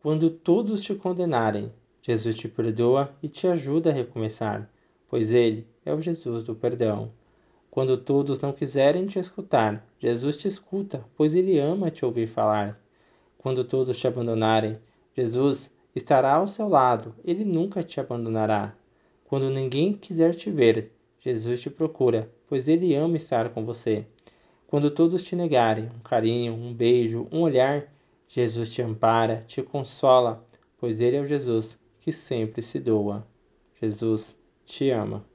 Quando todos te condenarem, Jesus te perdoa e te ajuda a recomeçar, pois Ele é o Jesus do perdão. Quando todos não quiserem te escutar, Jesus te escuta, pois Ele ama te ouvir falar. Quando todos te abandonarem, Jesus estará ao seu lado, Ele nunca te abandonará. Quando ninguém quiser te ver, Jesus te procura, pois Ele ama estar com você. Quando todos te negarem um carinho, um beijo, um olhar, Jesus te ampara, te consola, pois Ele é o Jesus que sempre se doa. Jesus te ama.